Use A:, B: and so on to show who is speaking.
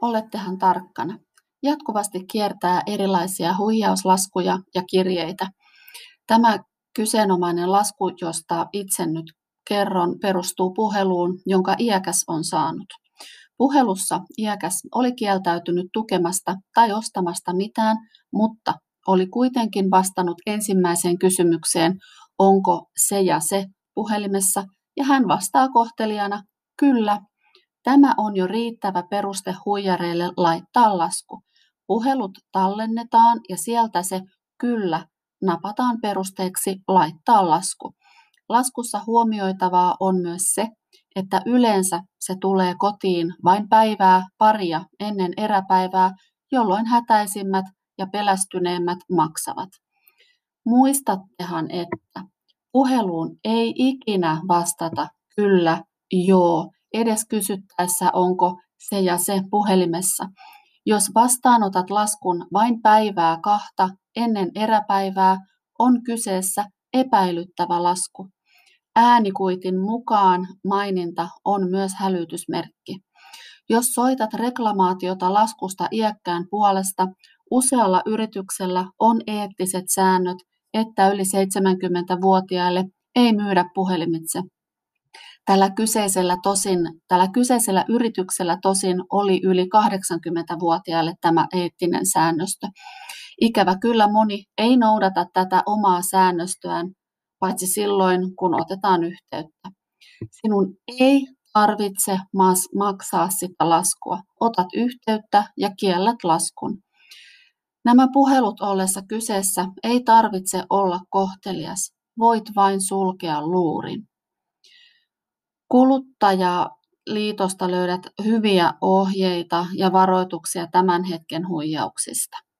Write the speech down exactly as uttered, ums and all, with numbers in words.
A: olettehan tarkkana. Jatkuvasti kiertää erilaisia huijauslaskuja ja kirjeitä. Tämä kyseenomainen lasku, josta itse nyt kerron, perustuu puheluun, jonka iäkäs on saanut. Puhelussa iäkäs oli kieltäytynyt tukemasta tai ostamasta mitään, mutta oli kuitenkin vastannut ensimmäiseen kysymykseen, onko se ja se puhelimessa, ja hän vastaa kohteliaana, kyllä. Tämä on jo riittävä peruste huijareille laittaa lasku. Puhelut tallennetaan ja sieltä se kyllä napataan perusteeksi laittaa lasku. Laskussa huomioitavaa on myös se, että yleensä se tulee kotiin vain päivää paria ennen eräpäivää, jolloin hätäisimmät ja pelästyneemmät maksavat. Muistattehan, että puheluun ei ikinä vastata kyllä, joo, edes kysyttäessä onko se ja se puhelimessa. Jos vastaanotat laskun vain päivää kahta ennen eräpäivää, on kyseessä epäilyttävä lasku. Äänikuitin mukaan maininta on myös hälytysmerkki. Jos soitat reklamaatiota laskusta iäkkään puolesta, usealla yrityksellä on eettiset säännöt, että yli seitsemänkymmentävuotiaille ei myydä puhelimitse. Tällä kyseisellä, tosin, tällä kyseisellä yrityksellä tosin oli yli kahdeksankymmentävuotiaille tämä eettinen säännöstö. Ikävä kyllä moni ei noudata tätä omaa säännöstöään, paitsi silloin, kun otetaan yhteyttä. Sinun ei tarvitse maksaa sitä laskua. Otat yhteyttä ja kiellät laskun. Nämä puhelut ollessa kyseessä ei tarvitse olla kohtelias. Voit vain sulkea luurin. Kuluttajaliitosta löydät hyviä ohjeita ja varoituksia tämän hetken huijauksista.